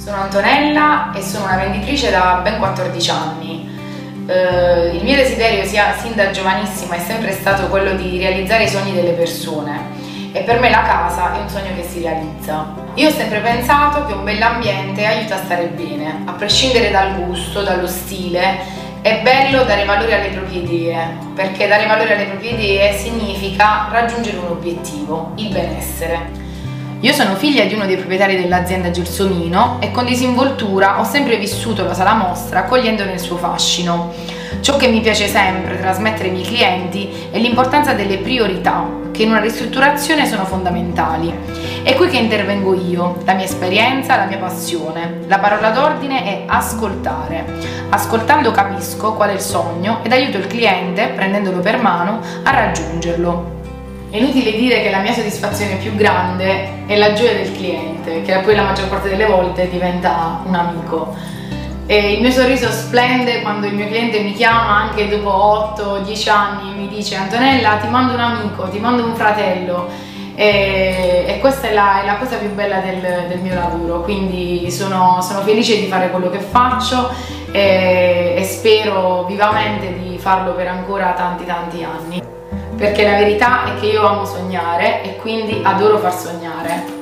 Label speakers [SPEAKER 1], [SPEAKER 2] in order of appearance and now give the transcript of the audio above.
[SPEAKER 1] Sono Antonella e sono una venditrice da ben 14 anni. Il mio desiderio sin da giovanissima è sempre stato quello di realizzare i sogni delle persone e per me la casa è un sogno che si realizza. Io ho sempre pensato che un bell'ambiente aiuta a stare bene, a prescindere dal gusto, dallo stile. È bello dare valore alle proprie idee, perché dare valore alle proprie idee significa raggiungere un obiettivo, il benessere. Io sono figlia di uno dei proprietari dell'azienda Gelsomino e con disinvoltura ho sempre vissuto la sala mostra accogliendone il suo fascino. Ciò che mi piace sempre trasmettere ai miei clienti è l'importanza delle priorità, che in una ristrutturazione sono fondamentali. È qui che intervengo io, la mia esperienza, la mia passione. La parola d'ordine è ascoltare. Ascoltando capisco qual è il sogno ed aiuto il cliente, prendendolo per mano, a raggiungerlo. È inutile dire che la mia soddisfazione più grande è la gioia del cliente, che poi la maggior parte delle volte diventa un amico. E il mio sorriso splende quando il mio cliente mi chiama anche dopo 8-10 anni e mi dice: Antonella, ti mando un amico, ti mando un fratello. E questa è la cosa più bella del mio lavoro, quindi sono felice di fare quello che faccio e spero vivamente di farlo per ancora tanti anni. Perché la verità è che io amo sognare e quindi adoro far sognare.